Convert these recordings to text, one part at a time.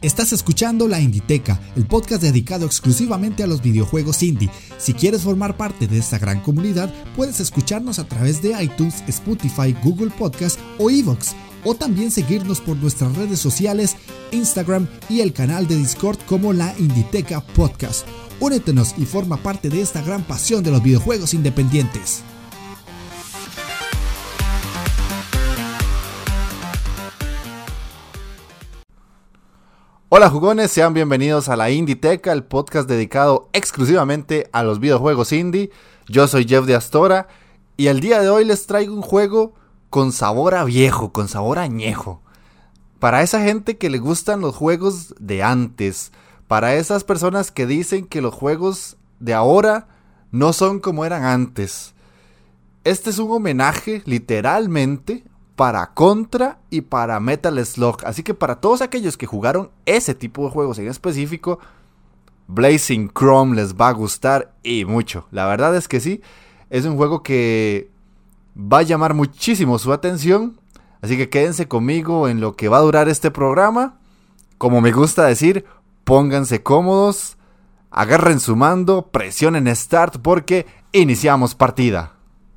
Estás escuchando La Inditeca, el podcast dedicado exclusivamente a los videojuegos indie. Si quieres formar parte de esta gran comunidad, puedes escucharnos a través de iTunes, Spotify, Google Podcast o iVoox, o también seguirnos por nuestras redes sociales, Instagram y el canal de Discord como La Inditeca Podcast. Únetenos y forma parte de esta gran pasión de los videojuegos independientes. Hola jugones, sean bienvenidos a La Inditeca, el podcast dedicado exclusivamente a los videojuegos indie. Yo soy Jeff de Astora y el día de hoy les traigo un juego con sabor a viejo, con sabor a añejo. Para esa gente que le gustan los juegos de antes, para esas personas que dicen que los juegos de ahora no son como eran antes. Este es un homenaje, literalmente, para Contra y para Metal Slug. Así que para todos aquellos que jugaron ese tipo de juegos en específico, Blazing Chrome les va a gustar y mucho. La verdad es que sí, es un juego que va a llamar muchísimo su atención. Así que quédense conmigo en lo que va a durar este programa. Como me gusta decir, pónganse cómodos, agarren su mando, presionen Start porque iniciamos partida.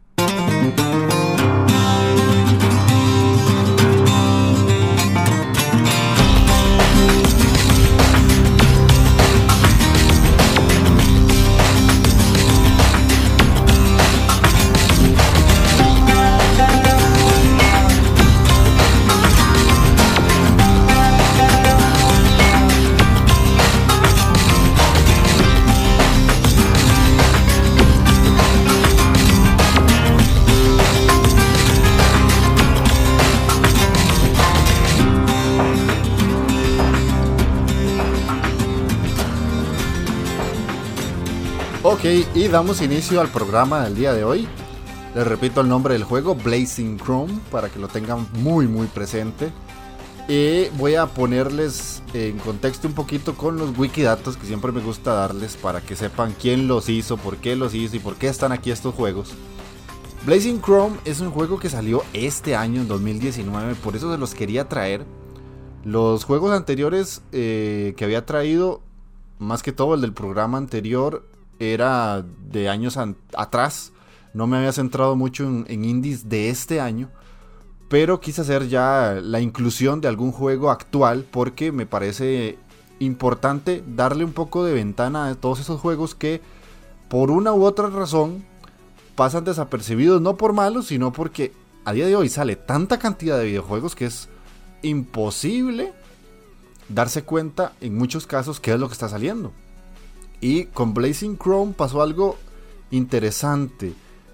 Ok, y damos inicio al programa del día de hoy. Les repito el nombre del juego, Blazing Chrome, para que lo tengan muy presente. Y voy a ponerles en contexto un poquito con los wikidatos que siempre me gusta darles para que sepan quién los hizo, por qué los hizo y por qué están aquí estos juegos. Blazing Chrome es un juego que salió este año, en 2019, por eso se los quería traer. Los juegos anteriores que había traído, más que todo el del programa anterior, era de años atrás. No me había centrado mucho en indies de este año, pero quise hacer ya la inclusión de algún juego actual porque me parece importante darle un poco de ventana a todos esos juegos que por una u otra razón pasan desapercibidos, no por malos, sino porque a día de hoy sale tanta cantidad de videojuegos que es imposible darse cuenta en muchos casos qué es lo que está saliendo. Y con Blazing Chrome pasó algo interesante.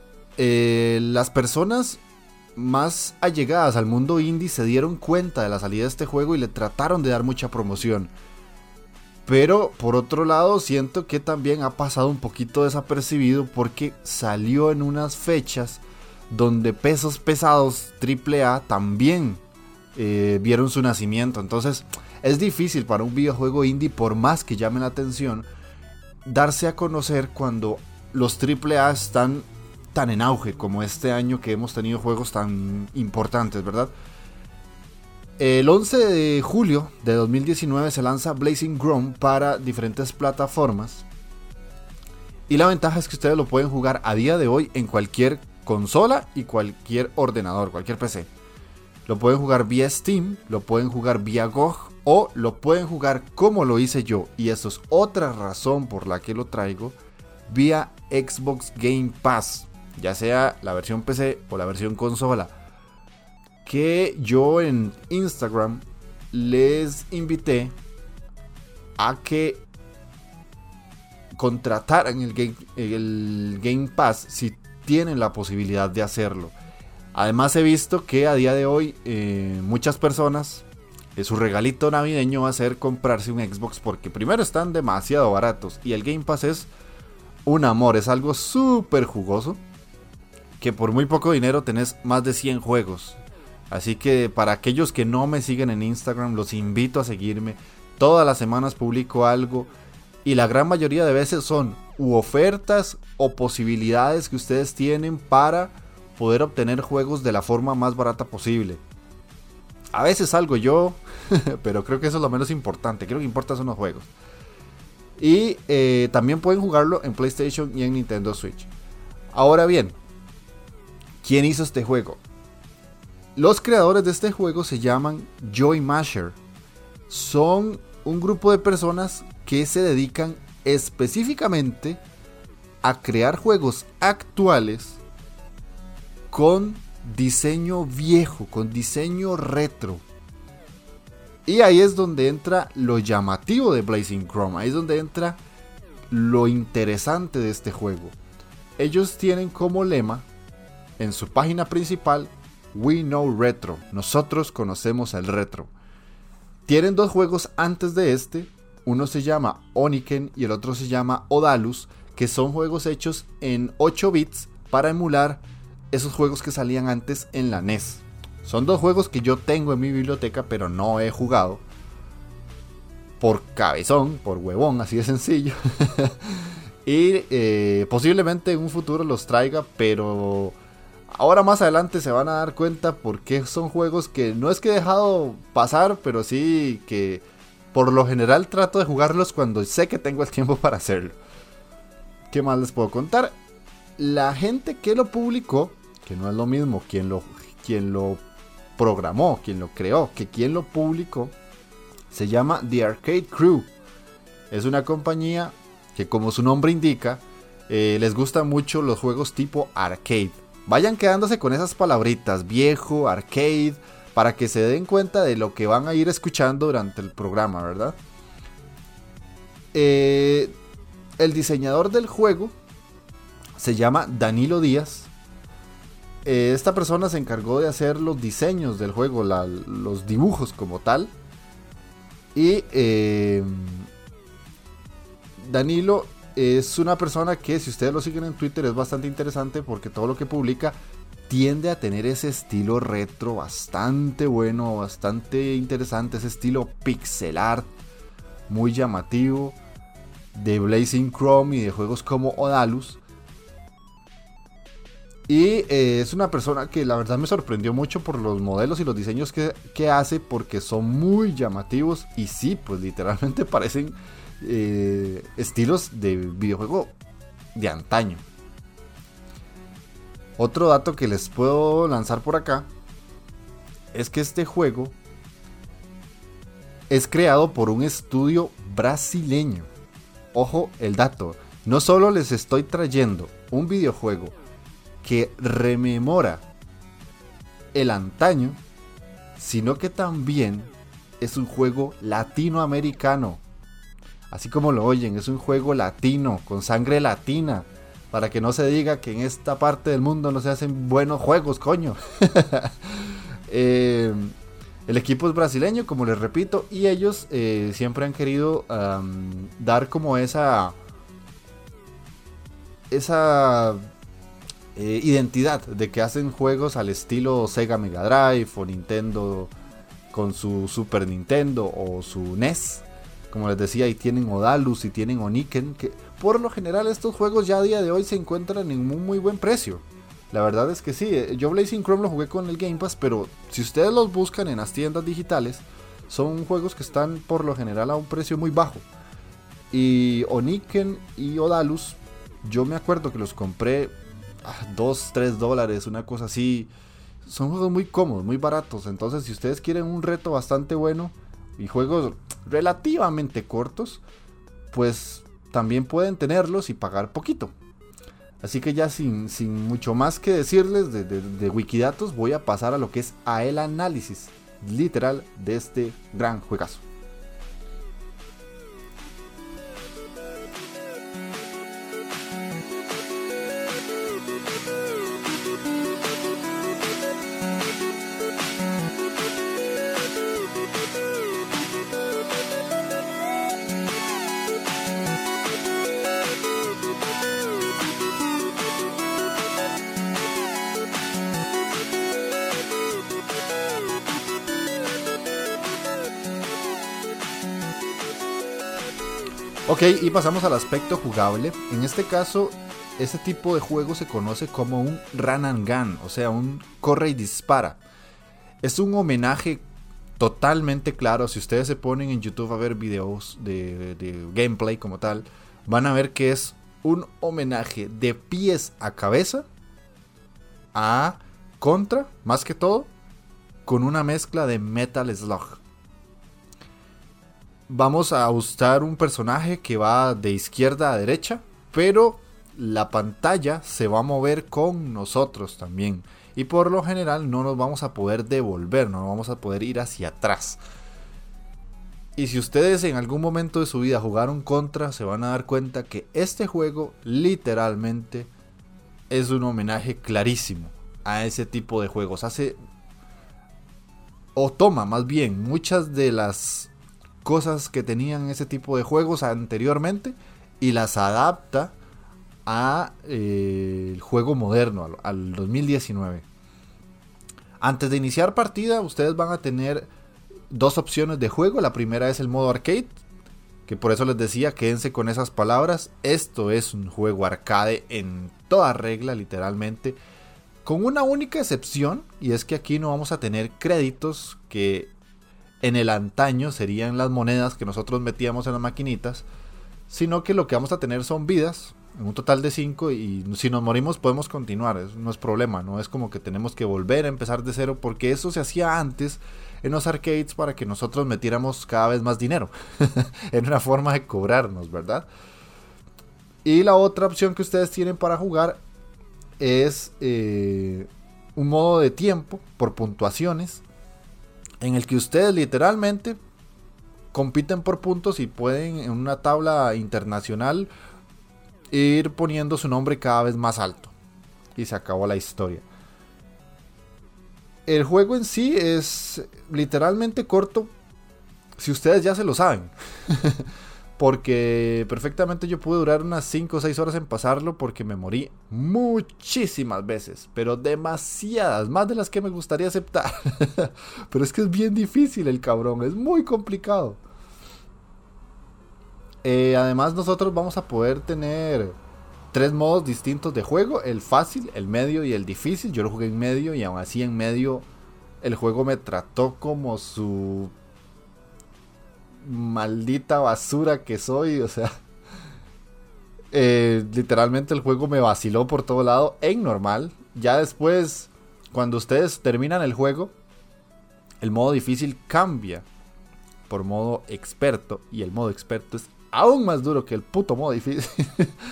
Las personas más allegadas al mundo indie se dieron cuenta de la salida de este juego y le trataron de dar mucha promoción. Pero por otro lado siento que también ha pasado un poquito desapercibido porque salió en unas fechas donde pesos pesados AAA también vieron su nacimiento. Entonces es difícil para un videojuego indie, por más que llame la atención, darse a conocer cuando los AAA están tan en auge como este año que hemos tenido juegos tan importantes, ¿verdad? El 11 de julio de 2019 se lanza Blazing Chrome para diferentes plataformas. Y la ventaja es que ustedes lo pueden jugar a día de hoy en cualquier consola y cualquier ordenador, cualquier PC. Lo pueden jugar vía Steam, lo pueden jugar vía GOG o lo pueden jugar como lo hice yo, y eso es otra razón por la que lo traigo, vía Xbox Game Pass, ya sea la versión PC o la versión consola, que yo en Instagram les invité a que contrataran el Game Pass si tienen la posibilidad de hacerlo. Además he visto que a día de hoy muchas personas, su regalito navideño va a ser comprarse un Xbox porque primero están demasiado baratos y el Game Pass es un amor, es algo súper jugoso que por muy poco dinero tenés más de 100 juegos. Así que para aquellos que no me siguen en Instagram, los invito a seguirme. Todas las semanas publico algo y la gran mayoría de veces son ofertas o posibilidades que ustedes tienen para poder obtener juegos de la forma más barata posible. A veces salgo yo, pero creo que eso es lo menos importante. Creo que importa son los juegos. Y también pueden jugarlo en PlayStation y en Nintendo Switch. Ahora bien, ¿quién hizo este juego? Los creadores de este juego se llaman Joy Masher. Son un grupo de personas que se dedican específicamente a crear juegos actuales con diseño viejo, con diseño retro. Y ahí es donde entra lo llamativo de Blazing Chrome. Ahí es donde entra lo interesante de este juego. Ellos tienen como lema en su página principal: We know retro. Nosotros conocemos el retro. Tienen dos juegos antes de este. Uno se llama Oniken y el otro se llama Odalus, que son juegos hechos en 8 bits para emular esos juegos que salían antes en la NES. Son dos juegos que yo tengo en mi biblioteca, pero no he jugado. Por cabezón, por huevón, así de sencillo. Y posiblemente en un futuro los traiga, pero ahora más adelante se van a dar cuenta porque son juegos que no es que he dejado pasar, pero sí que por lo general trato de jugarlos cuando sé que tengo el tiempo para hacerlo. ¿Qué más les puedo contar? La gente que lo publicó, que no es lo mismo quien lo programó, quien lo creó, que quien lo publicó, se llama The Arcade Crew. Es una compañía que, como su nombre indica, les gustan mucho los juegos tipo arcade. Vayan quedándose con esas palabritas: viejo, arcade, para que se den cuenta de lo que van a ir escuchando durante el programa, ¿verdad? El diseñador del juego se llama Danilo Díaz. Esta persona se encargó de hacer los diseños del juego, los dibujos como tal. Y Danilo es una persona que, si ustedes lo siguen en Twitter, es bastante interesante porque todo lo que publica tiende a tener ese estilo retro bastante bueno, bastante interesante, ese estilo pixel art muy llamativo de Blazing Chrome y de juegos como Odalus. Y es una persona que la verdad me sorprendió mucho por los modelos y los diseños que hace, porque son muy llamativos y sí, pues literalmente parecen estilos de videojuego de antaño. Otro dato que les puedo lanzar por acá es que este juego es creado por un estudio brasileño. Ojo el dato, no solo les estoy trayendo un videojuego que rememora el antaño, sino que también es un juego latinoamericano. Así como lo oyen, es un juego latino, con sangre latina, para que no se diga que en esta parte del mundo no se hacen buenos juegos, coño. El equipo es brasileño, como les repito, y ellos siempre han querido dar como esa identidad de que hacen juegos al estilo Sega Mega Drive o Nintendo con su Super Nintendo o su NES. Como les decía, ahí tienen Odalus y tienen Oniken, que por lo general estos juegos ya a día de hoy se encuentran en un muy buen precio. La verdad es que sí, yo Blazing Chrome lo jugué con el Game Pass, pero si ustedes los buscan en las tiendas digitales, son juegos que están por lo general a un precio muy bajo. Y Oniken y Odalus, yo me acuerdo que los compré $2-3, una cosa así. Son juegos muy cómodos, muy baratos. Entonces, si ustedes quieren un reto bastante bueno y juegos relativamente cortos, pues también pueden tenerlos y pagar poquito. Así que ya sin mucho más que decirles de Wikidatos, voy a pasar a lo que es el análisis literal de este gran juegazo. Ok, y pasamos al aspecto jugable. En este caso, este tipo de juego se conoce como un run and gun, o sea, un corre y dispara. Es un homenaje totalmente claro. Si ustedes se ponen en YouTube a ver videos de gameplay como tal, van a ver que es un homenaje de pies a cabeza a Contra, más que todo, con una mezcla de Metal Slug. Vamos a usar un personaje que va de izquierda a derecha, pero la pantalla se va a mover con nosotros también. Y por lo general no nos vamos a poder devolver, no vamos a poder ir hacia atrás. Y si ustedes en algún momento de su vida jugaron Contra, se van a dar cuenta que este juego literalmente es un homenaje clarísimo a ese tipo de juegos. Toma más bien muchas de las cosas que tenían ese tipo de juegos anteriormente y las adapta a el juego moderno, al 2019. Antes de iniciar partida, ustedes van a tener dos opciones de juego. La primera es el modo arcade, que por eso les decía, quédense con esas palabras. Esto es un juego arcade en toda regla, literalmente, con una única excepción, y es que aquí no vamos a tener créditos, que en el antaño serían las monedas que nosotros metíamos en las maquinitas, sino que lo que vamos a tener son vidas, en un total de 5, y si nos morimos podemos continuar, eso no es problema, no es como que tenemos que volver a empezar de cero, porque eso se hacía antes en los arcades para que nosotros metiéramos cada vez más dinero. Era una forma de cobrarnos, ¿verdad? Y la otra opción que ustedes tienen para jugar es un modo de tiempo por puntuaciones, en el que ustedes literalmente compiten por puntos y pueden en una tabla internacional ir poniendo su nombre cada vez más alto. Y se acabó la historia. El juego en sí es literalmente corto, si ustedes ya se lo saben. Porque perfectamente yo pude durar unas 5 o 6 horas en pasarlo, porque me morí muchísimas veces, pero demasiadas, más de las que me gustaría aceptar. Pero es que es bien difícil el cabrón, es muy complicado. Además nosotros vamos a poder tener 3 modos distintos de juego: el fácil, el medio y el difícil. Yo lo jugué en medio, y aún así en medio el juego me trató como su maldita basura que soy. O sea, literalmente el juego me vaciló por todo lado en normal. Ya después, cuando ustedes terminan el juego, el modo difícil cambia por modo experto, y el modo experto es aún más duro que el puto modo difícil.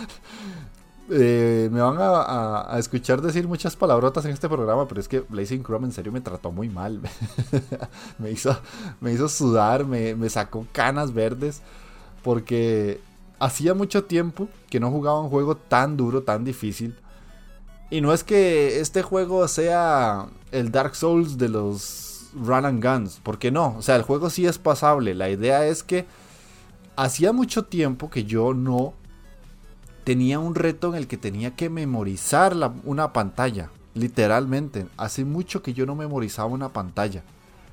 Me van a escuchar decir muchas palabrotas en este programa, pero es que Blazing Chrome en serio me trató muy mal. me hizo sudar, me sacó canas verdes, porque hacía mucho tiempo que no jugaba un juego tan duro, tan difícil. Y no es que este juego sea el Dark Souls de los Run and Guns, porque no, o sea, el juego sí es pasable. La idea es que hacía mucho tiempo que yo no tenía un reto en el que tenía que memorizar una pantalla. Literalmente, hace mucho que yo no memorizaba una pantalla.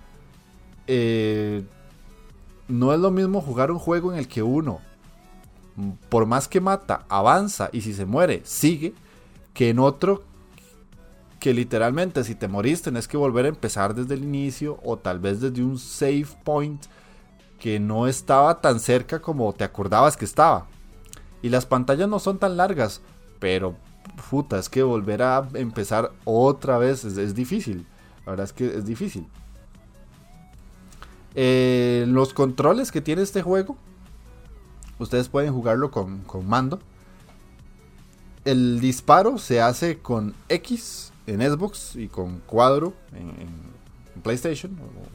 No es lo mismo jugar un juego en el que uno, por más que mata, avanza, y si se muere, sigue, que en otro que literalmente si te moriste tenés que volver a empezar desde el inicio, o tal vez desde un save point que no estaba tan cerca como te acordabas que estaba. Y las pantallas no son tan largas, pero puta, es que volver a empezar otra vez es difícil. La verdad es que es difícil. Los controles que tiene este juego, ustedes pueden jugarlo con mando. El disparo se hace con X en Xbox y con cuadro en PlayStation.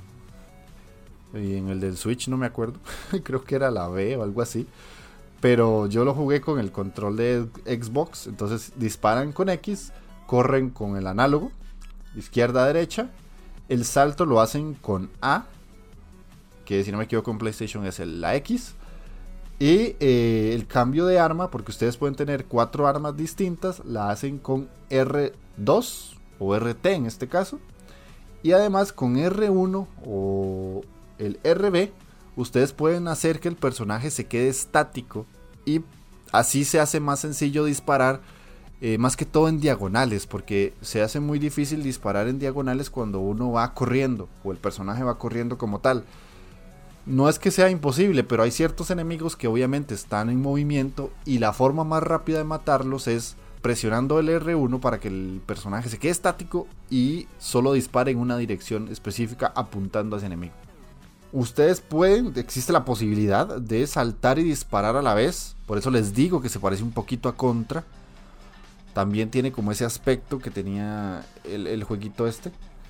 Y en el del Switch no me acuerdo. Creo que era la B o algo así. Pero yo lo jugué con el control de Xbox. Entonces disparan con X, corren con el análogo, izquierda a derecha. El salto lo hacen con A, que si no me equivoco en PlayStation es la X. Y el cambio de arma, porque ustedes pueden tener 4 armas distintas, la hacen con R2 o RT en este caso. Y además con R1 o el RB, ustedes pueden hacer que el personaje se quede estático, y así se hace más sencillo disparar más que todo en diagonales, porque se hace muy difícil disparar en diagonales cuando uno va corriendo o el personaje va corriendo como tal. No es que sea imposible, pero hay ciertos enemigos que obviamente están en movimiento y la forma más rápida de matarlos es presionando el R1 para que el personaje se quede estático y solo dispare en una dirección específica apuntando a ese enemigo. Ustedes existe la posibilidad de saltar y disparar a la vez, por eso les digo que se parece un poquito a Contra. También tiene como ese aspecto que tenía el jueguito este.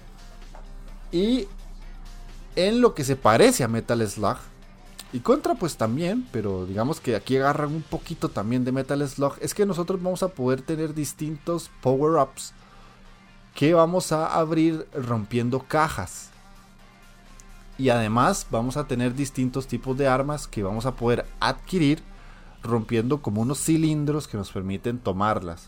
Y en lo que se parece a Metal Slug. Y Contra pues también, pero digamos que aquí agarran un poquito también de Metal Slug. Es que nosotros vamos a poder tener distintos power-ups que vamos a abrir rompiendo cajas. Y además vamos a tener distintos tipos de armas que vamos a poder adquirir rompiendo como unos cilindros que nos permiten tomarlas.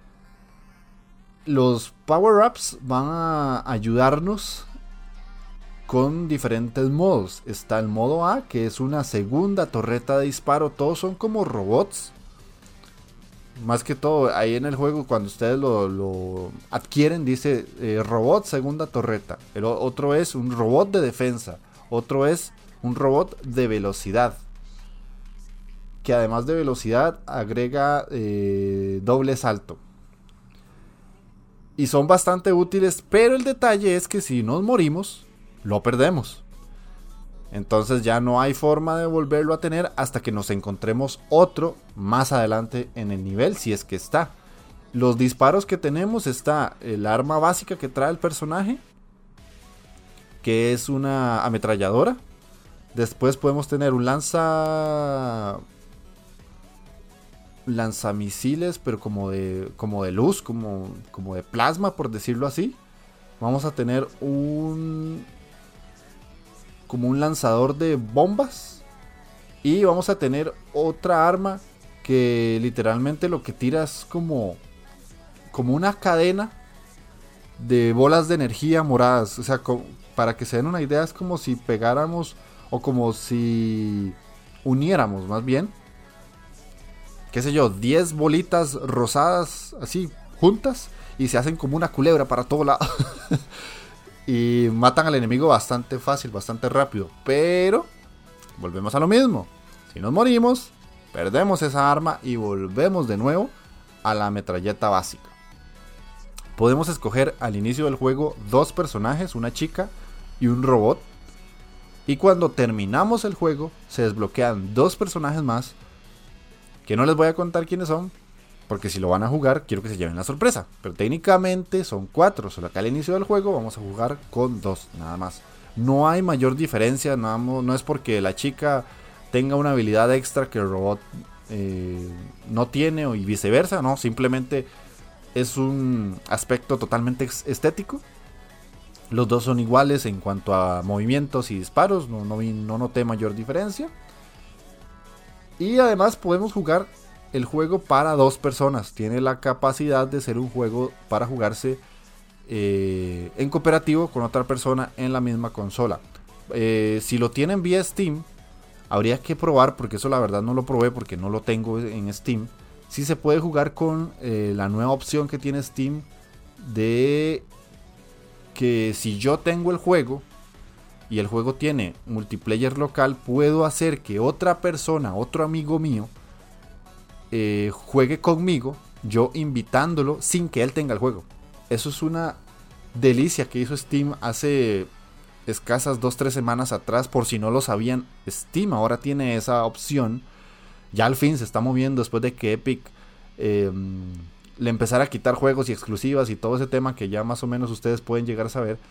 Los power-ups van a ayudarnos con diferentes modos. Está el modo A, que es una segunda torreta de disparo. Todos son como robots. Más que todo, ahí en el juego, cuando ustedes lo adquieren, dice robot segunda torreta. El otro es un robot de defensa. Otro es un robot de velocidad, que además de velocidad agrega doble salto. Y son bastante útiles, pero el detalle es que si nos morimos, lo perdemos. Entonces ya no hay forma de volverlo a tener hasta que nos encontremos otro más adelante en el nivel, si es que está. Los disparos que tenemos está el arma básica que trae el personaje, que es una ametralladora. Después podemos tener un lanzamisiles, pero como de luz, como de plasma, por decirlo así. Vamos a tener como un lanzador de bombas. Y vamos a tener otra arma que literalmente lo que tira es como una cadena de bolas de energía moradas. O sea, para que se den una idea, es como si pegáramos o como si uniéramos más bien, qué sé yo, 10 bolitas rosadas así juntas y se hacen como una culebra para todo lado. Y matan al enemigo bastante fácil, bastante rápido. Pero volvemos a lo mismo. Si nos morimos, perdemos esa arma y volvemos de nuevo a la metralleta básica. Podemos escoger al inicio del juego 2 personajes, una chica y un robot. Y cuando terminamos el juego, se desbloquean 2 personajes más, que no les voy a contar quiénes son, porque si lo van a jugar, quiero que se lleven la sorpresa. Pero técnicamente son 4, solo que al inicio del juego vamos a jugar con 2, nada más. No hay mayor diferencia, no es porque la chica tenga una habilidad extra que el robot no tiene y viceversa, no, simplemente es un aspecto totalmente estético. Los dos son iguales en cuanto a movimientos y disparos, no noté mayor diferencia. Y además podemos jugar el juego para 2 personas. Tiene la capacidad de ser un juego para jugarse en cooperativo con otra persona en la misma consola. Si lo tienen vía Steam, habría que probar, porque eso la verdad no lo probé porque no lo tengo en Steam. Si se puede jugar con la nueva opción que tiene Steam de que si yo tengo el juego y el juego tiene multiplayer local, puedo hacer que otra persona, otro amigo mío, juegue conmigo, yo invitándolo sin que él tenga el juego. Eso es una delicia que hizo Steam hace escasas 2-3 semanas atrás. Por si no lo sabían, Steam ahora tiene esa opción. Ya al fin se está moviendo después de que Epic le empezara a quitar juegos y exclusivas y todo ese tema que ya más o menos ustedes pueden llegar a saber.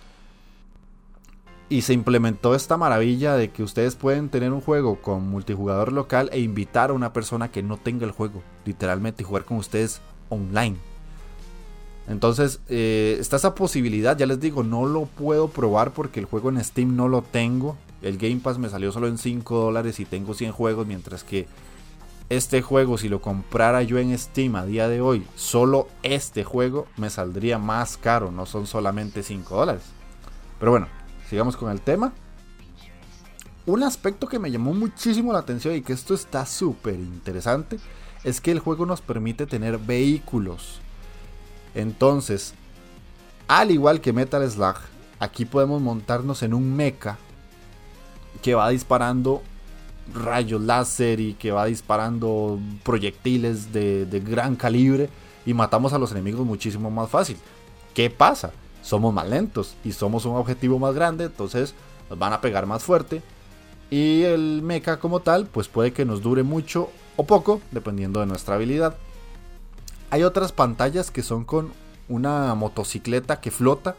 Y se implementó esta maravilla de que ustedes pueden tener un juego con multijugador local e invitar a una persona que no tenga el juego, literalmente, y jugar con ustedes online. Entonces está esa posibilidad. Ya les digo, no lo puedo probar porque el juego en Steam no lo tengo. El Game Pass me salió solo en $5 y tengo 100 juegos, mientras que este juego, si lo comprara yo en Steam a día de hoy, solo este juego me saldría más caro, no son solamente $5. Pero bueno, sigamos con el tema. Un aspecto que me llamó muchísimo la atención y que esto está súper interesante es que el juego nos permite tener vehículos. Entonces, al igual que Metal Slug, aquí podemos montarnos en un mecha que va disparando rayos láser y que va disparando proyectiles de gran calibre y matamos a los enemigos muchísimo más fácil. ¿Qué pasa? Somos más lentos y somos un objetivo más grande, entonces nos van a pegar más fuerte y el mecha como tal pues puede que nos dure mucho o poco dependiendo de nuestra habilidad. Hay otras pantallas que son con una motocicleta que flota,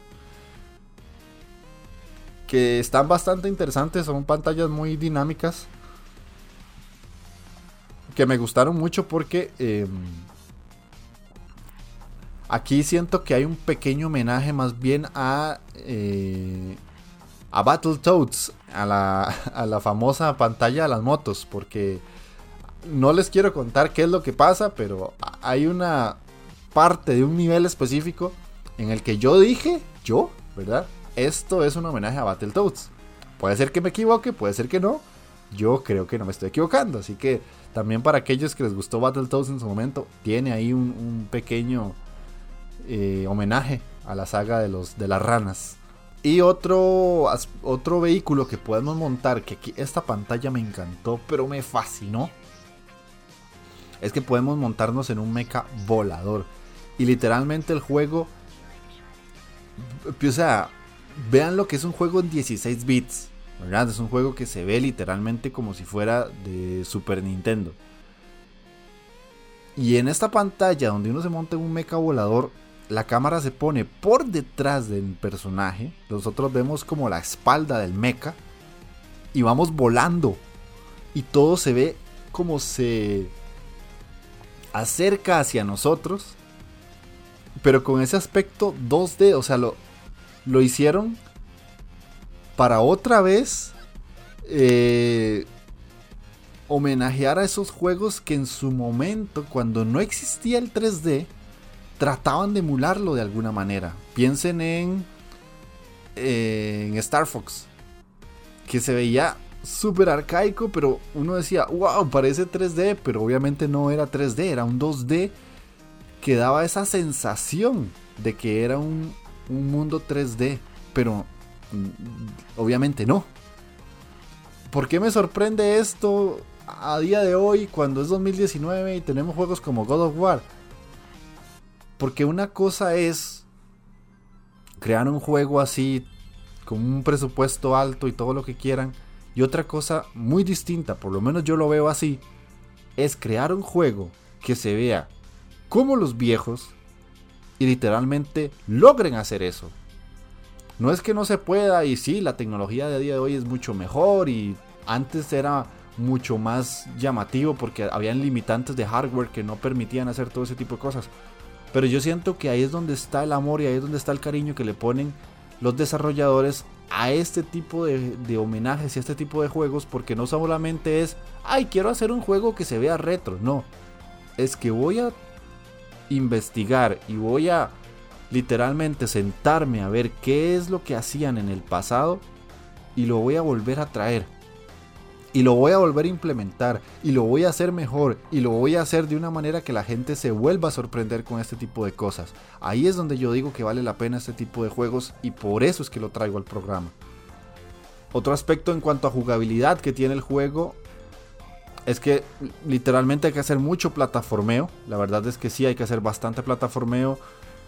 que están bastante interesantes, son pantallas muy dinámicas que me gustaron mucho porque aquí siento que hay un pequeño homenaje más bien a Battletoads, a la famosa pantalla de las motos, porque no les quiero contar qué es lo que pasa, pero hay una parte de un nivel específico en el que yo dije, ¿verdad? Esto es un homenaje a Battletoads. Puede ser que me equivoque, puede ser que no. Yo creo que no me estoy equivocando, así que también para aquellos que les gustó Battletoads en su momento, tiene ahí un pequeño homenaje a la saga de las ranas. Y otro vehículo que podemos montar, que aquí esta pantalla me encantó, pero me fascinó, es que podemos montarnos en un mecha volador. Y literalmente el juego, o sea, vean lo que es un juego en 16 bits, ¿verdad? Es un juego que se ve literalmente como si fuera de Super Nintendo. Y en esta pantalla donde uno se monta en un mecha volador, la cámara se pone por detrás del personaje. Nosotros vemos como la espalda del mecha y vamos volando. Y todo se ve como se acerca hacia nosotros, pero con ese aspecto 2D. O sea, lo hicieron para otra vez homenajear a esos juegos que en su momento, cuando no existía el 3D, trataban de emularlo de alguna manera. Piensen en Star Fox, que se veía súper arcaico, pero uno decía, wow, parece 3D, pero obviamente no era 3D, era un 2D que daba esa sensación de que era un mundo 3D, pero obviamente no. ¿Por qué me sorprende esto a día de hoy cuando es 2019 y tenemos juegos como God of War? Porque una cosa es crear un juego así con un presupuesto alto y todo lo que quieran, y otra cosa muy distinta, por lo menos yo lo veo así, es crear un juego que se vea como los viejos y literalmente logren hacer eso. No es que no se pueda, y sí, la tecnología de día de hoy es mucho mejor y antes era mucho más llamativo porque habían limitantes de hardware que no permitían hacer todo ese tipo de cosas. Pero yo siento que ahí es donde está el amor y ahí es donde está el cariño que le ponen los desarrolladores a este tipo de homenajes y a este tipo de juegos, porque no solamente es, ay, quiero hacer un juego que se vea retro, no, es que voy a investigar y voy a literalmente sentarme a ver qué es lo que hacían en el pasado y lo voy a volver a traer y lo voy a volver a implementar y lo voy a hacer mejor y lo voy a hacer de una manera que la gente se vuelva a sorprender con este tipo de cosas. Ahí es donde yo digo que vale la pena este tipo de juegos y por eso es que lo traigo al programa. Otro aspecto en cuanto a jugabilidad que tiene el juego es que literalmente hay que hacer mucho plataformeo. La verdad es que sí, hay que hacer bastante plataformeo.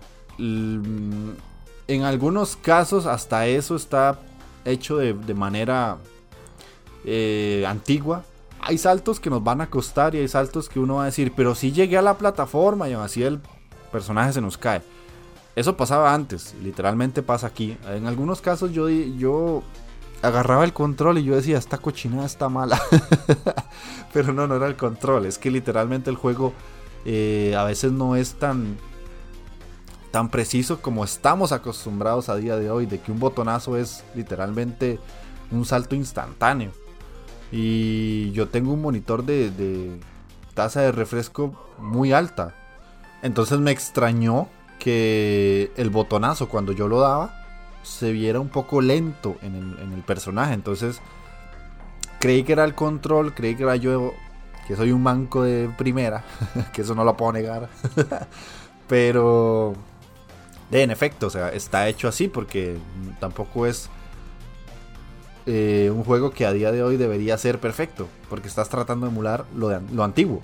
En algunos casos hasta eso está hecho de manera antigua. Hay saltos que nos van a costar y hay saltos que uno va a decir, pero si llegué a la plataforma y así el personaje se nos cae. Eso pasaba antes, literalmente pasa aquí. En algunos casos yo agarraba el control y yo decía, esta cochinada está mala. Pero no era el control, es que literalmente el juego a veces no es tan preciso como estamos acostumbrados a día de hoy, de que un botonazo es literalmente un salto instantáneo. Y yo tengo un monitor de tasa de refresco muy alta, entonces me extrañó que el botonazo cuando yo lo daba se viera un poco lento en el personaje. Entonces creí que era el control, creí que era yo que soy un manco de primera, que eso no lo puedo negar. Pero en efecto, o sea, está hecho así porque tampoco es un juego que a día de hoy debería ser perfecto, porque estás tratando de emular lo antiguo.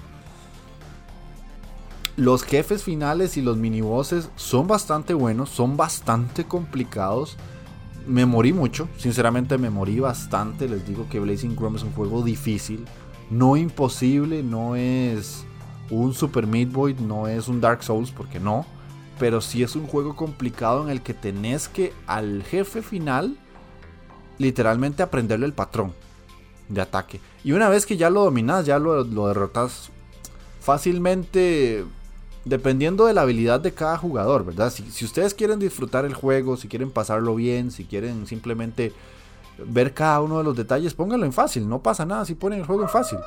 Los jefes finales y los minibosses son bastante buenos, son bastante complicados. Me morí mucho, sinceramente me morí bastante. Les digo que Blazing Chrome es un juego difícil, no imposible, no es un Super Meat Boy, no es un Dark Souls, porque no. Pero sí es un juego complicado en el que tenés que al jefe final literalmente aprenderle el patrón de ataque. Y una vez que ya lo dominas, ya lo derrotas fácilmente, dependiendo de la habilidad de cada jugador, ¿verdad? Si ustedes quieren disfrutar el juego, si quieren pasarlo bien, si quieren simplemente ver cada uno de los detalles, pónganlo en fácil, no pasa nada si ponen el juego en fácil.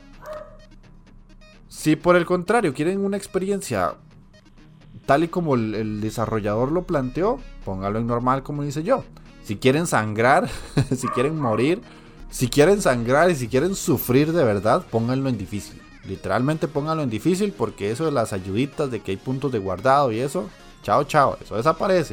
Si por el contrario quieren una experiencia tal y como el desarrollador lo planteó, pónganlo en normal, como dice yo. Si quieren sangrar, si quieren morir, si quieren sangrar y si quieren sufrir de verdad, pónganlo en difícil. Literalmente pónganlo en difícil, porque eso de las ayuditas de que hay puntos de guardado y eso, chao, eso desaparece.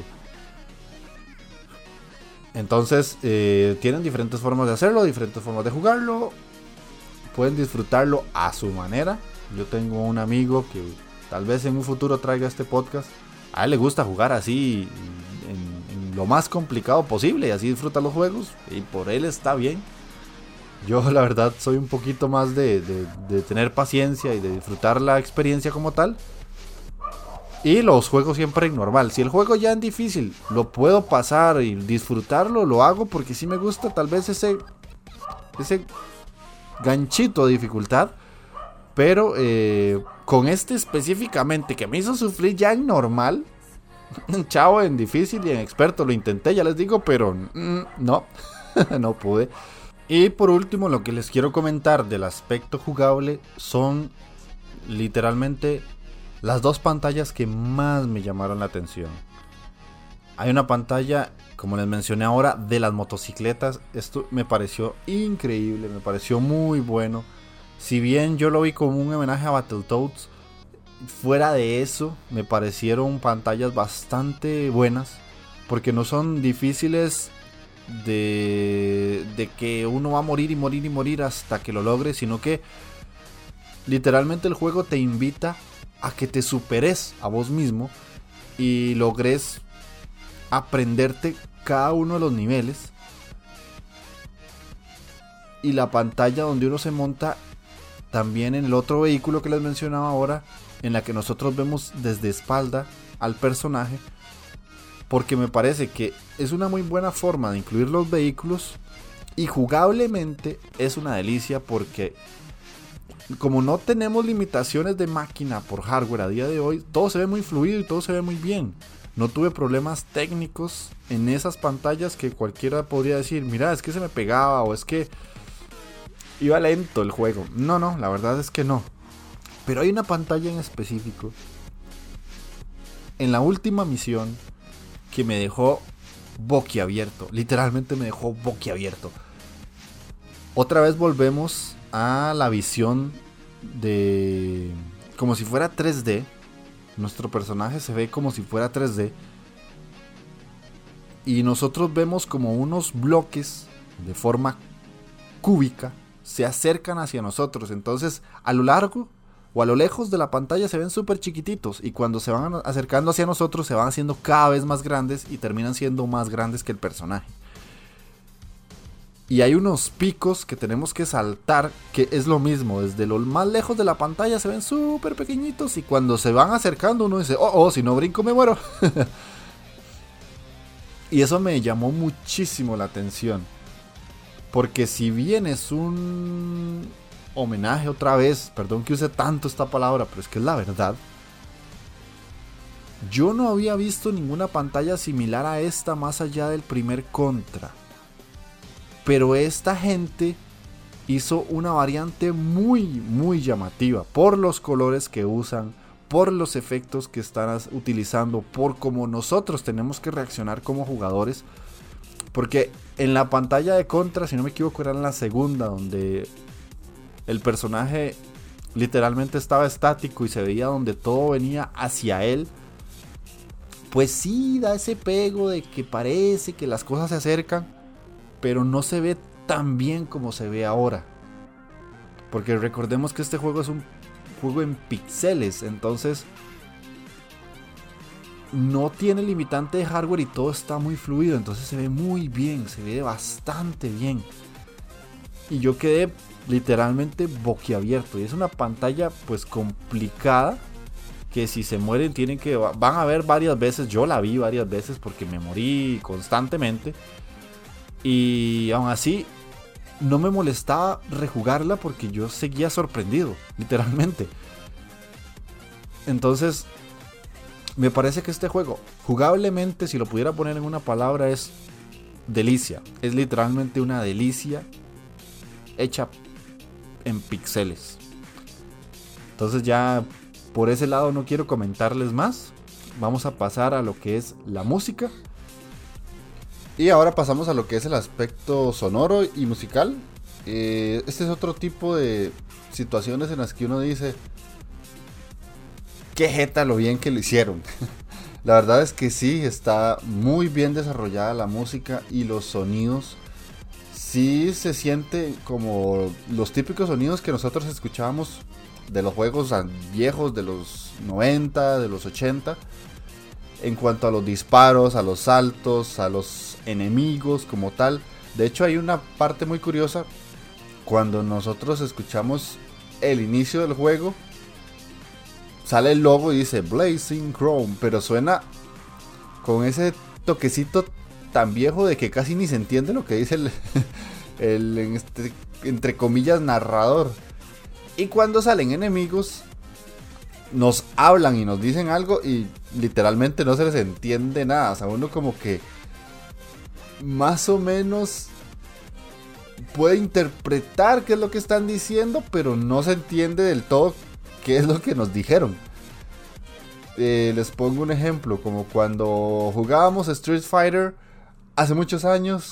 Entonces tienen diferentes formas de hacerlo, diferentes formas de jugarlo. Pueden disfrutarlo a su manera. Yo tengo un amigo que tal vez en un futuro traiga este podcast. A él le gusta jugar así en lo más complicado posible y así disfruta los juegos, y por él está bien. Yo la verdad soy un poquito más de tener paciencia y de disfrutar la experiencia como tal. Y los juegos siempre en normal. Si el juego ya en difícil lo puedo pasar y disfrutarlo, lo hago porque sí me gusta tal vez ese ganchito de dificultad. Pero con este específicamente que me hizo sufrir ya en normal, chao, en difícil y en experto lo intenté, ya les digo, pero no, no pude. Y por último, lo que les quiero comentar del aspecto jugable son literalmente las dos pantallas que más me llamaron la atención. Hay una pantalla, como les mencioné ahora, de las motocicletas. Esto me pareció increíble, me pareció muy bueno. Si bien yo lo vi como un homenaje a Battletoads, fuera de eso me parecieron pantallas bastante buenas, porque no son difíciles de que uno va a morir y morir y morir hasta que lo logre, sino que literalmente el juego te invita a que te superes a vos mismo y logres aprenderte cada uno de los niveles. Y la pantalla donde uno se monta también en el otro vehículo que les mencionaba ahora, en la que nosotros vemos desde espalda al personaje, porque me parece que es una muy buena forma de incluir los vehículos, y jugablemente es una delicia, porque como no tenemos limitaciones de máquina por hardware a día de hoy, todo se ve muy fluido y todo se ve muy bien. No tuve problemas técnicos en esas pantallas que cualquiera podría decir, mira, es que se me pegaba o es que iba lento el juego. No, la verdad es que no. Pero hay una pantalla en específico en la última misión que me dejó boquiabierto. Literalmente me dejó boquiabierto. Otra vez volvemos a la visión de como si fuera 3D. Nuestro personaje se ve como si fuera 3D. Y nosotros vemos como unos bloques de forma cúbica se acercan hacia nosotros. Entonces a lo largo o a lo lejos de la pantalla se ven súper chiquititos, y cuando se van acercando hacia nosotros se van haciendo cada vez más grandes y terminan siendo más grandes que el personaje. Y hay unos picos que tenemos que saltar, que es lo mismo, desde lo más lejos de la pantalla se ven súper pequeñitos, y cuando se van acercando uno dice, oh, si no brinco me muero. Y eso me llamó muchísimo la atención, porque si bien es un homenaje otra vez, perdón que use tanto esta palabra, pero es que es la verdad, yo no había visto ninguna pantalla similar a esta más allá del primer Contra. Pero esta gente hizo una variante muy llamativa, por los colores que usan, por los efectos que están utilizando, por cómo nosotros tenemos que reaccionar como jugadores. Porque en la pantalla de Contra, si no me equivoco, era en la segunda, donde el personaje literalmente estaba estático y se veía donde todo venía hacia él, pues sí da ese pego de que parece que las cosas se acercan, pero no se ve tan bien como se ve ahora. Porque recordemos que este juego es un juego en píxeles, entonces no tiene limitante de hardware y todo está muy fluido, entonces se ve muy bien, se ve bastante bien. Y yo quedé literalmente boquiabierto, y es una pantalla pues complicada, que si se mueren van a ver varias veces. Yo la vi varias veces porque me morí constantemente, y aún así no me molestaba rejugarla porque yo seguía sorprendido, literalmente. Entonces me parece que este juego, jugablemente, si lo pudiera poner en una palabra, es delicia. Es literalmente una delicia hecha en píxeles. Entonces ya por ese lado no quiero comentarles más. Vamos a pasar a lo que es la música. Y ahora pasamos a lo que es el aspecto sonoro y musical. Este es otro tipo de situaciones en las que uno dice: qué jeta lo bien que lo hicieron. La verdad es que sí, está muy bien desarrollada la música y los sonidos. Sí se siente como los típicos sonidos que nosotros escuchábamos de los juegos viejos de los 90, de los 80. En cuanto a los disparos, a los saltos, a los enemigos como tal. De hecho hay una parte muy curiosa. Cuando nosotros escuchamos el inicio del juego, sale el logo y dice Blazing Chrome, pero suena con ese toquecito tan viejo de que casi ni se entiende lo que dice el entre comillas narrador. Y cuando salen enemigos, nos hablan y nos dicen algo y literalmente no se les entiende nada. O sea, uno como que más o menos puede interpretar qué es lo que están diciendo, pero no se entiende del todo qué es lo que nos dijeron. Les pongo un ejemplo, como cuando jugábamos Street Fighter hace muchos años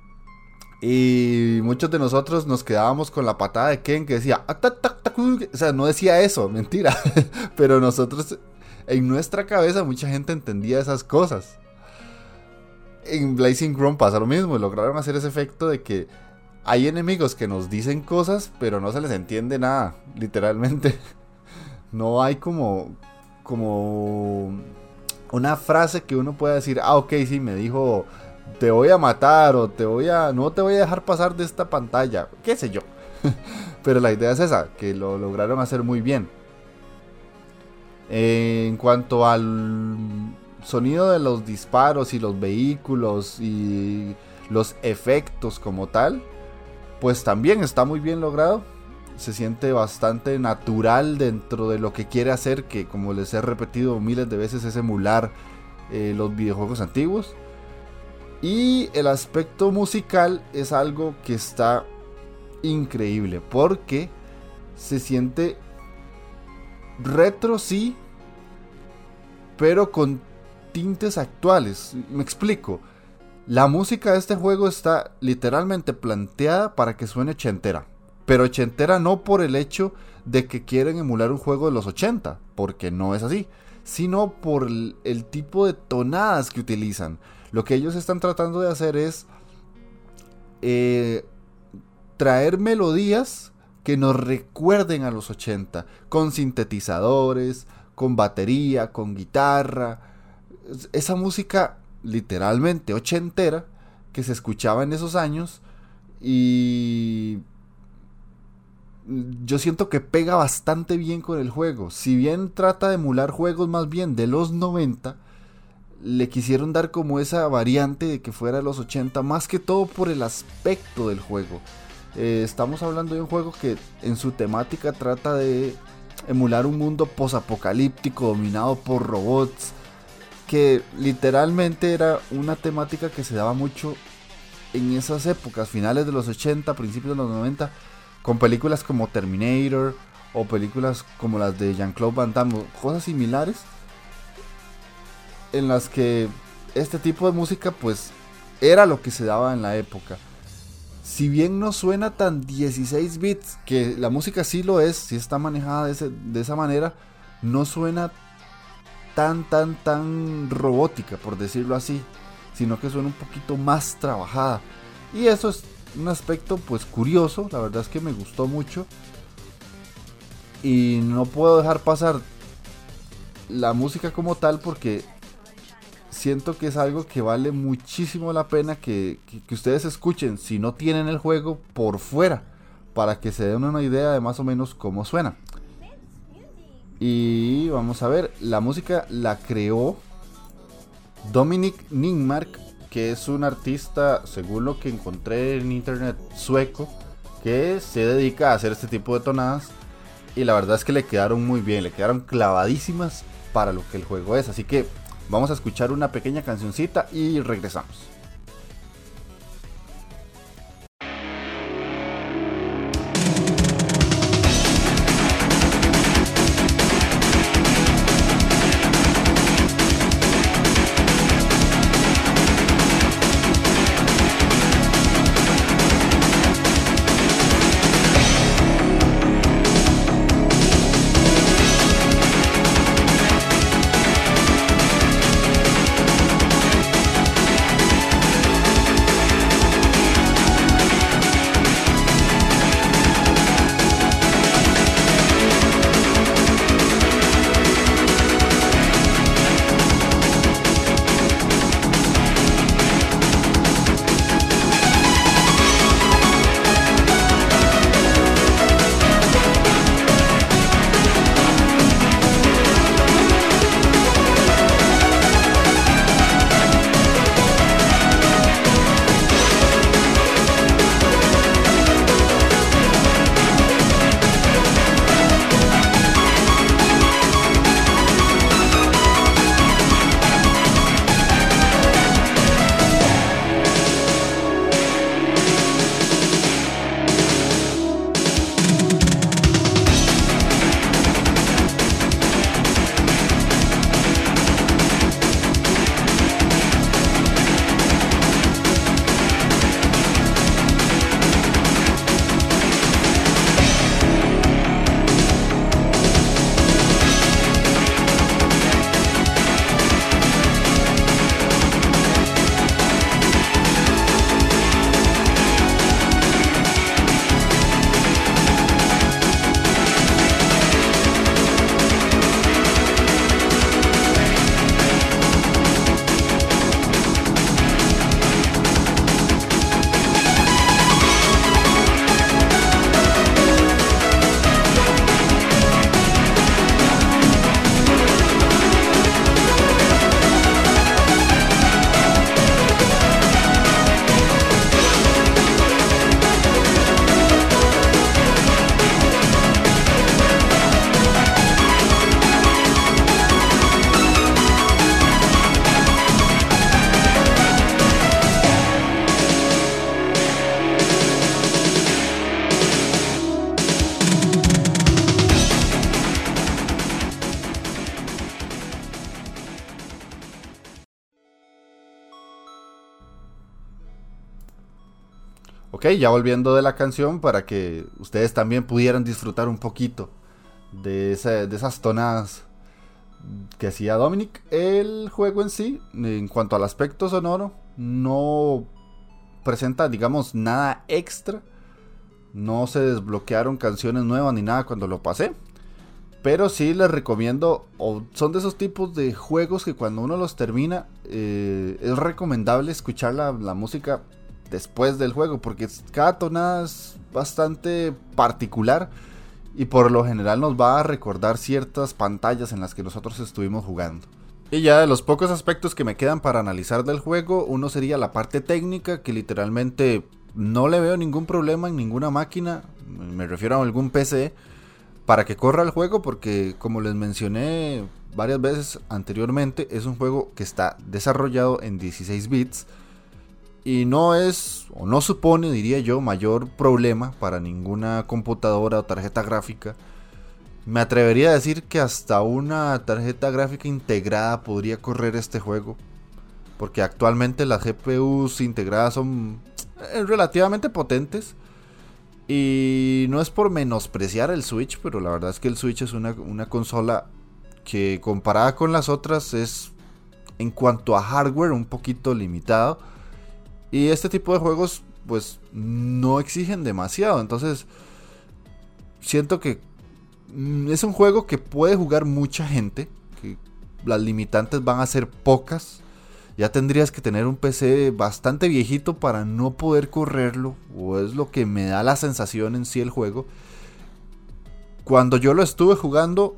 y muchos de nosotros nos quedábamos con la patada de Ken que decía, o sea, no decía eso, mentira, pero nosotros en nuestra cabeza mucha gente entendía esas cosas. En Blazing Chrome pasa lo mismo, lograron hacer ese efecto de que hay enemigos que nos dicen cosas pero no se les entiende nada, literalmente. No hay como una frase que uno pueda decir, ok, sí, me dijo te voy a matar o no te voy a dejar pasar de esta pantalla, qué sé yo. Pero la idea es esa, que lo lograron hacer muy bien. En cuanto al sonido de los disparos y los vehículos y los efectos como tal, pues también está muy bien logrado. Se siente bastante natural dentro de lo que quiere hacer, que como les he repetido miles de veces es emular los videojuegos antiguos. Y el aspecto musical es algo que está increíble, porque se siente retro, sí, pero con tintes actuales. Me explico. La música de este juego está literalmente planteada para que suene ochentera. Pero ochentera no por el hecho de que quieren emular un juego de los 80, porque no es así, sino por el tipo de tonadas que utilizan. Lo que ellos están tratando de hacer es traer melodías que nos recuerden a los 80, con sintetizadores, con batería, con guitarra. Esa música literalmente ochentera que se escuchaba en esos años, y yo siento que pega bastante bien con el juego. Si bien trata de emular juegos más bien de los 90, le quisieron dar como esa variante de que fuera de los 80, más que todo por el aspecto del juego. Estamos hablando de un juego que en su temática trata de emular un mundo posapocalíptico dominado por robots, que literalmente era una temática que se daba mucho en esas épocas, finales de los 80, principios de los 90, con películas como Terminator o películas como las de Jean-Claude Van Damme, cosas similares, en las que este tipo de música pues era lo que se daba en la época. si bien no suena tan 16 bits, que la música sí lo es, sí está manejada de esa manera, no suena tan robótica, por decirlo así, sino que suena un poquito más trabajada. Y eso es un aspecto pues curioso, la verdad es que me gustó mucho. Y no puedo dejar pasar la música como tal porque siento que es algo que vale muchísimo la pena que ustedes escuchen si no tienen el juego por fuera, para que se den una idea de más o menos cómo suena. Y vamos a ver, la música la creó Dominic Nymark, que es un artista, según lo que encontré en internet, sueco, que se dedica a hacer este tipo de tonadas. Y la verdad es que le quedaron muy bien, le quedaron clavadísimas para lo que el juego es. Así que vamos a escuchar una pequeña cancioncita y regresamos. Ok, ya volviendo de la canción para que ustedes también pudieran disfrutar un poquito de esas tonadas que hacía Dominic. El juego en sí, en cuanto al aspecto sonoro, no presenta, digamos, nada extra. No se desbloquearon canciones nuevas ni nada cuando lo pasé. Pero sí les recomiendo, son de esos tipos de juegos que cuando uno los termina, es recomendable escuchar la música después del juego, porque cada tonada es bastante particular y por lo general nos va a recordar ciertas pantallas en las que nosotros estuvimos jugando. Y ya de los pocos aspectos que me quedan para analizar del juego, uno sería la parte técnica, que literalmente no le veo ningún problema en ninguna máquina, me refiero a algún PC, para que corra el juego, porque como les mencioné varias veces anteriormente, es un juego que está desarrollado en 16 bits y no es, o no supone, diría yo, mayor problema para ninguna computadora o tarjeta gráfica. Me atrevería a decir que hasta una tarjeta gráfica integrada podría correr este juego, porque actualmente las GPUs integradas son relativamente potentes. Y no es por menospreciar el Switch, pero la verdad es que el Switch es una consola que comparada con las otras es en cuanto a hardware un poquito limitado. Y este tipo de juegos pues no exigen demasiado. Entonces siento que es un juego que puede jugar mucha gente, que las limitantes van a ser pocas. Ya tendrías que tener un PC bastante viejito para no poder correrlo, o es lo que me da la sensación en sí el juego. Cuando yo lo estuve jugando,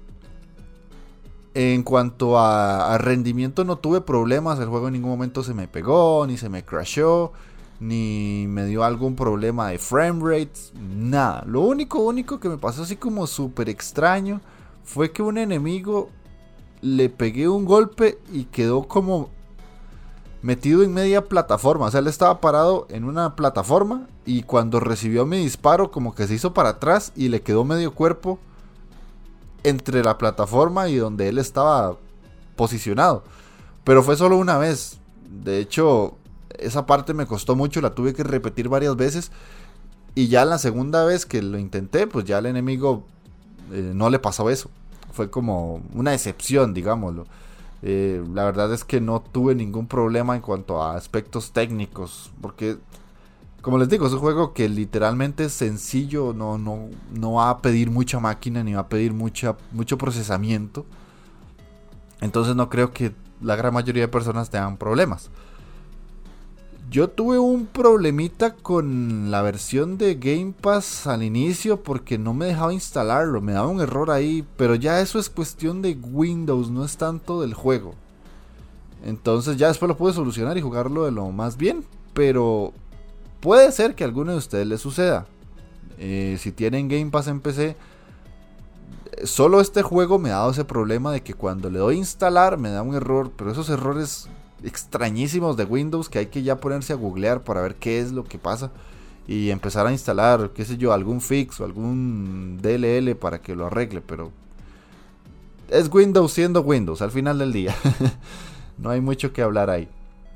en cuanto a rendimiento no tuve problemas. El juego en ningún momento se me pegó, ni se me crashó, ni me dio algún problema de frame rates, nada. Lo único que me pasó así como súper extraño fue que un enemigo le pegué un golpe y quedó como metido en media plataforma. O sea, él estaba parado en una plataforma y cuando recibió mi disparo como que se hizo para atrás y le quedó medio cuerpo entre la plataforma y donde él estaba posicionado. Pero fue solo una vez. De hecho, esa parte me costó mucho, la tuve que repetir varias veces. Y ya la segunda vez que lo intenté, pues ya al enemigo no le pasó eso. Fue como una excepción, digámoslo. La verdad es que no tuve ningún problema en cuanto a aspectos técnicos, porque como les digo, es un juego que literalmente es sencillo, no va a pedir mucha máquina ni va a pedir mucho procesamiento. Entonces no creo que la gran mayoría de personas tengan problemas. Yo tuve un problemita con la versión de Game Pass al inicio porque no me dejaba instalarlo, me daba un error ahí, pero ya eso es cuestión de Windows, no es tanto del juego. Entonces ya después lo pude solucionar y jugarlo de lo más bien, pero puede ser que a alguno de ustedes les suceda. Si tienen Game Pass en PC, solo este juego me ha dado ese problema de que cuando le doy a instalar me da un error, pero esos errores extrañísimos de Windows que hay que ya ponerse a googlear para ver qué es lo que pasa y empezar a instalar, qué sé yo, algún fix o algún DLL para que lo arregle, pero es Windows siendo Windows al final del día. No hay mucho que hablar ahí.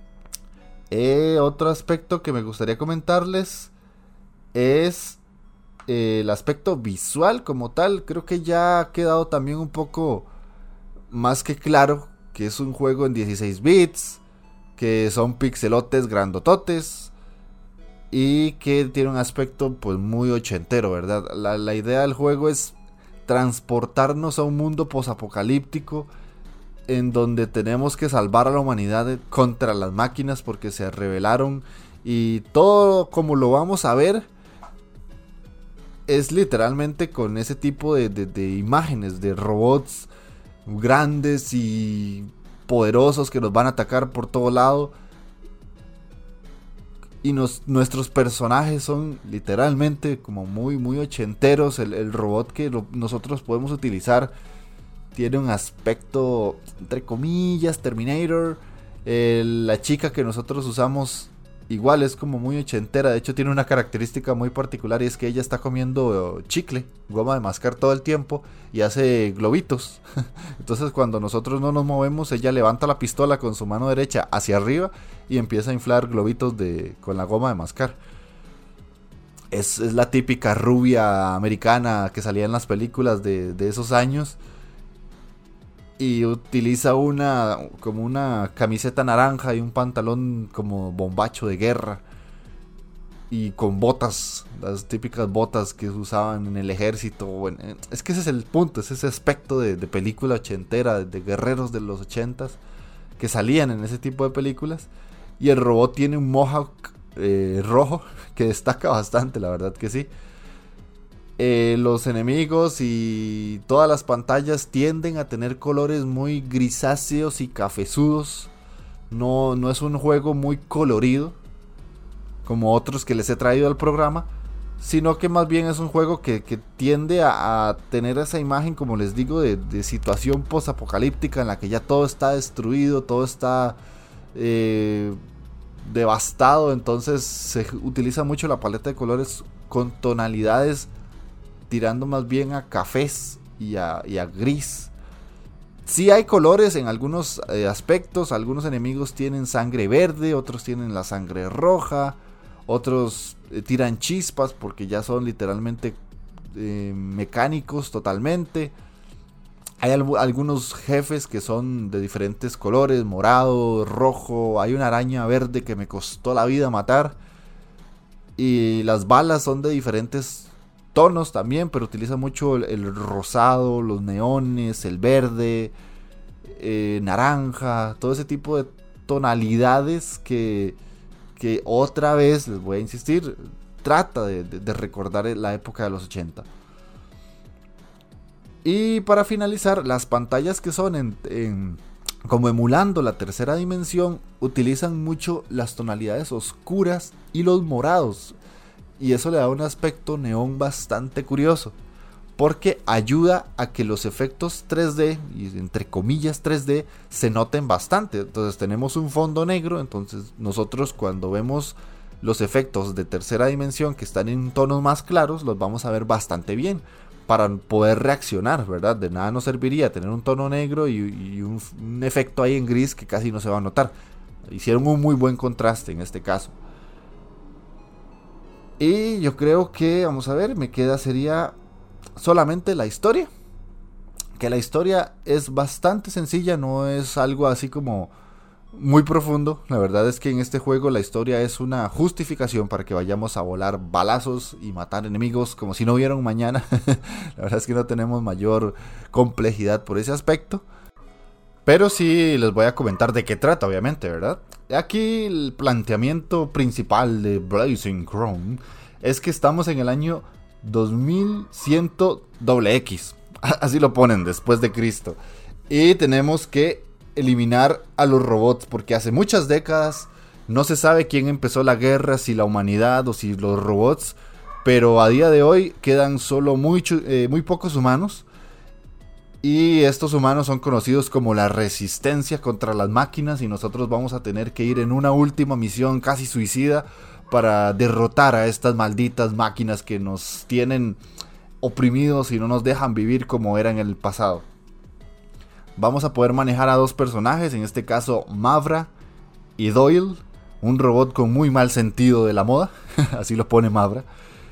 Otro aspecto que me gustaría comentarles es el aspecto visual como tal. Creo que ya ha quedado también un poco más que claro que es un juego en 16 bits, que son pixelotes grandototes y que tiene un aspecto pues muy ochentero, ¿verdad? La idea del juego es transportarnos a un mundo posapocalíptico en donde tenemos que salvar a la humanidad contra las máquinas porque se rebelaron, y todo como lo vamos a ver es literalmente con ese tipo de imágenes de robots grandes y poderosos que nos van a atacar por todo lado, y nuestros personajes son literalmente como muy ochenteros. El robot que nosotros podemos utilizar tiene un aspecto entre comillas Terminator. La chica que nosotros usamos igual es como muy ochentera. De hecho tiene una característica muy particular, y es que ella está comiendo chicle, goma de mascar todo el tiempo, y hace globitos. Entonces cuando nosotros no nos movemos, ella levanta la pistola con su mano derecha hacia arriba y empieza a inflar globitos con la goma de mascar. Es la típica rubia americana que salía en las películas de esos años. Y utiliza como una camiseta naranja y un pantalón como bombacho de guerra. Y con botas, las típicas botas que se usaban en el ejército. Es que ese es el punto, es ese aspecto de película ochentera, de guerreros de los 80s que salían en ese tipo de películas. Y el robot tiene un mohawk rojo que destaca bastante, la verdad que sí. Los enemigos y todas las pantallas tienden a tener colores muy grisáceos y cafezudos. No es un juego muy colorido como otros que les he traído al programa, sino que más bien es un juego que tiende a tener esa imagen, como les digo, de situación post-apocalíptica en la que ya todo está destruido, todo está devastado. Entonces se utiliza mucho la paleta de colores con tonalidades tirando más bien a cafés y a gris. Sí hay colores en algunos aspectos. Algunos enemigos tienen sangre verde, otros tienen la sangre roja, otros tiran chispas porque ya son literalmente mecánicos totalmente. Hay algunos jefes que son de diferentes colores, morado, rojo. Hay una araña verde que me costó la vida matar. Y las balas son de diferentes tonos también, pero utiliza mucho el rosado, los neones, el verde, naranja, todo ese tipo de tonalidades que otra vez, les voy a insistir, trata de recordar la época de los 80. Y para finalizar, las pantallas que son como emulando la tercera dimensión, utilizan mucho las tonalidades oscuras y los morados. Y eso le da un aspecto neón bastante curioso, porque ayuda a que los efectos 3D, y entre comillas 3D, se noten bastante. Entonces tenemos un fondo negro, entonces nosotros cuando vemos los efectos de tercera dimensión que están en tonos más claros, los vamos a ver bastante bien para poder reaccionar, ¿verdad? De nada nos serviría tener un tono negro y un efecto ahí en gris que casi no se va a notar. Hicieron un muy buen contraste en este caso. Y yo creo que, vamos a ver, sería solamente la historia. Que la historia es bastante sencilla, no es algo así como muy profundo. La verdad es que en este juego la historia es una justificación para que vayamos a volar balazos y matar enemigos como si no hubiera un mañana. La verdad es que no tenemos mayor complejidad por ese aspecto. Pero sí les voy a comentar de qué trata, obviamente, ¿verdad? Aquí el planteamiento principal de Blazing Chrome es que estamos en el año 2100XX. Así lo ponen, después de Cristo. Y tenemos que eliminar a los robots porque hace muchas décadas no se sabe quién empezó la guerra, si la humanidad o si los robots. Pero a día de hoy quedan solo muy pocos humanos. Y estos humanos son conocidos como la resistencia contra las máquinas. Y nosotros vamos a tener que ir en una última misión casi suicida para derrotar a estas malditas máquinas que nos tienen oprimidos y no nos dejan vivir como era en el pasado. Vamos a poder manejar a dos personajes, en este caso Mavra y Doyle, un robot con muy mal sentido de la moda, así lo pone Mavra.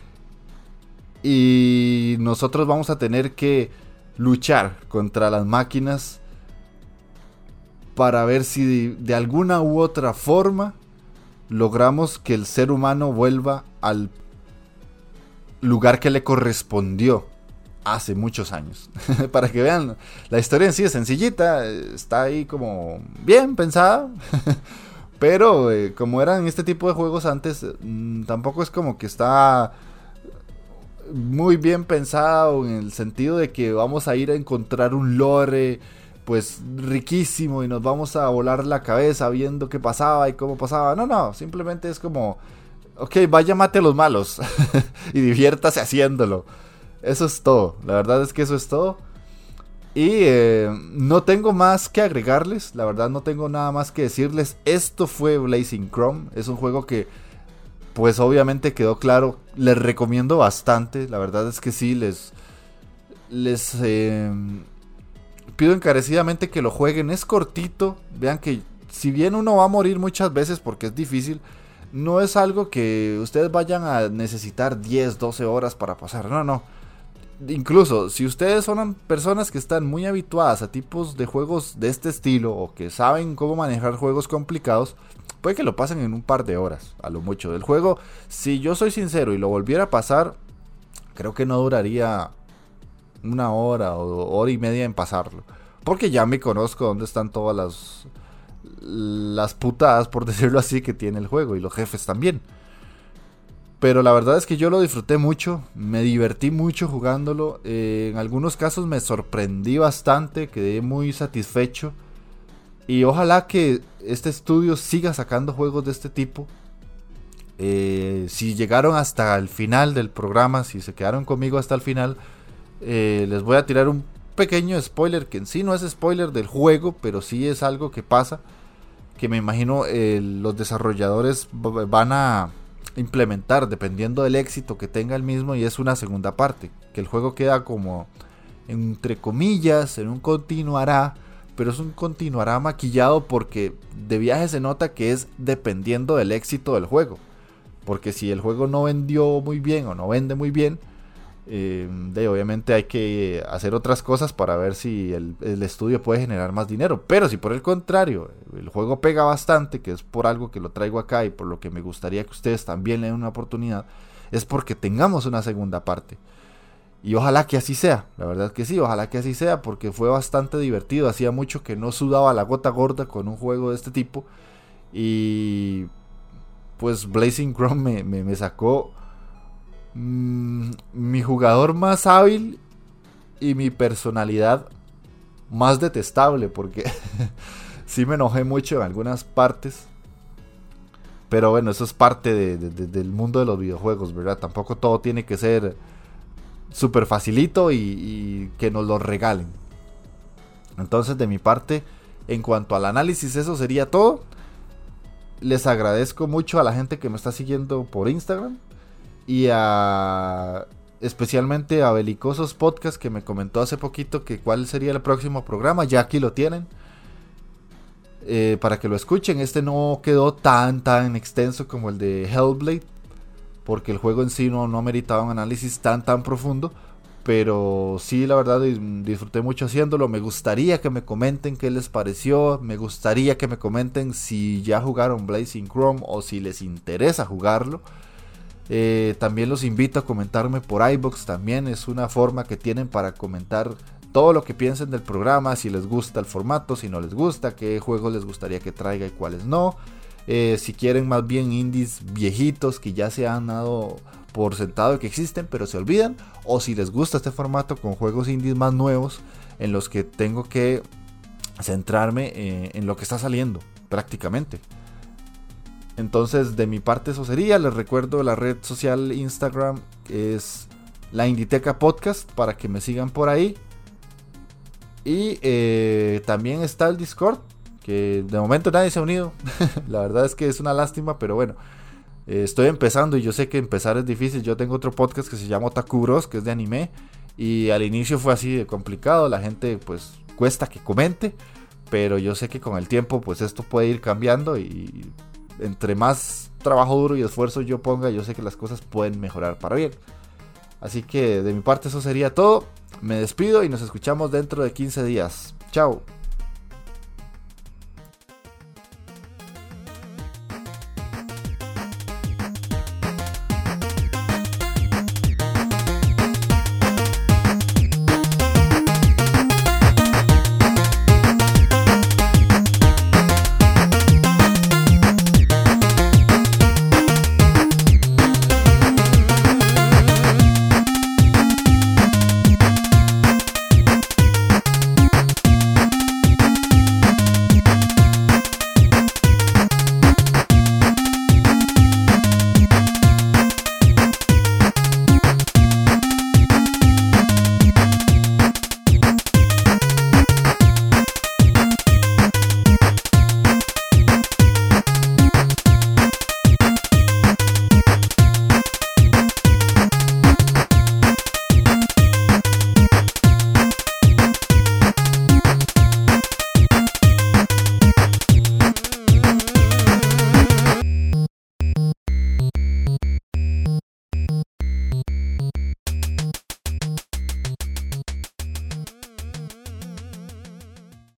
Y nosotros vamos a tener que luchar contra las máquinas para ver si de alguna u otra forma logramos que el ser humano vuelva al lugar que le correspondió hace muchos años. Para que vean, la historia en sí es sencillita, está ahí como bien pensada. Pero como eran este tipo de juegos antes, tampoco es como que está muy bien pensado en el sentido de que vamos a ir a encontrar un lore pues riquísimo y nos vamos a volar la cabeza viendo qué pasaba y cómo pasaba. No, simplemente es como, ok, vaya mate a los malos y diviértase haciéndolo. Eso es todo, la verdad es que eso es todo. Y no tengo más que agregarles, la verdad no tengo nada más que decirles. Esto fue Blazing Chrome, es un juego que pues obviamente quedó claro. Les recomiendo bastante, la verdad es que sí, les pido encarecidamente que lo jueguen. Es cortito, vean que si bien uno va a morir muchas veces porque es difícil, no es algo que ustedes vayan a necesitar 10, 12 horas para pasar, no. Incluso si ustedes son personas que están muy habituadas a tipos de juegos de este estilo o que saben cómo manejar juegos complicados, puede que lo pasen en un par de horas, a lo mucho. Del juego, si yo soy sincero y lo volviera a pasar, creo que no duraría una hora o hora y media en pasarlo, porque ya me conozco dónde están todas las putadas, por decirlo así, que tiene el juego, y los jefes también. Pero la verdad es que yo lo disfruté mucho, me divertí mucho jugándolo. En algunos casos me sorprendí bastante, quedé muy satisfecho. Y ojalá que este estudio siga sacando juegos de este tipo. Si llegaron hasta el final del programa, si se quedaron conmigo hasta el final, les voy a tirar un pequeño spoiler, que en sí no es spoiler del juego, pero sí es algo que pasa, que me imagino los desarrolladores van a implementar dependiendo del éxito que tenga el mismo, y es una segunda parte, que el juego queda como entre comillas en un continuará, pero es un continuará maquillado porque de viaje se nota que es dependiendo del éxito del juego. porque si el juego no vendió muy bien o no vende muy bien, obviamente hay que hacer otras cosas para ver si el estudio puede generar más dinero. Pero si por el contrario el juego pega bastante, que es por algo que lo traigo acá y por lo que me gustaría que ustedes también le den una oportunidad, es porque tengamos una segunda parte. Y ojalá que así sea, la verdad que sí, ojalá que así sea, porque fue bastante divertido. Hacía mucho que no sudaba la gota gorda con un juego de este tipo. Y pues Blazing Chrome me sacó mi jugador más hábil y mi personalidad más detestable, porque sí me enojé mucho en algunas partes. Pero bueno, eso es parte del mundo de los videojuegos, ¿verdad? Tampoco todo tiene que ser súper facilito y que nos lo regalen. Entonces, de mi parte, en cuanto al análisis, eso sería todo. Les agradezco mucho a la gente que me está siguiendo por Instagram. Y especialmente a Belicosos Podcast, que me comentó hace poquito que cuál sería el próximo programa. Ya aquí lo tienen, para que lo escuchen. Este no quedó tan extenso como el de Hellblade, porque el juego en sí no meritaba un análisis tan profundo. Pero sí, la verdad, disfruté mucho haciéndolo. Me gustaría que me comenten qué les pareció. Me gustaría que me comenten si ya jugaron Blazing Chrome o si les interesa jugarlo. También los invito a comentarme por iVoox. También es una forma que tienen para comentar todo lo que piensen del programa, si les gusta el formato, si no les gusta, qué juegos les gustaría que traiga y cuáles no. Si quieren más bien indies viejitos que ya se han dado por sentado que existen pero se olvidan, o si les gusta este formato con juegos indies más nuevos en los que tengo que centrarme en lo que está saliendo prácticamente. Entonces, de mi parte eso sería. Les recuerdo la red social Instagram es la Inditeca Podcast, para que me sigan por ahí. Y también está el Discord, que de momento nadie se ha unido. La verdad es que es una lástima, pero bueno, estoy empezando y yo sé que empezar es difícil. Yo tengo otro podcast que se llama Otaku Bros, que es de anime, y al inicio fue así de complicado. La gente pues cuesta que comente, pero yo sé que con el tiempo pues esto puede ir cambiando, y entre más trabajo duro y esfuerzo yo ponga, yo sé que las cosas pueden mejorar para bien. Así que de mi parte eso sería todo. Me despido y nos escuchamos dentro de 15 días. Chao.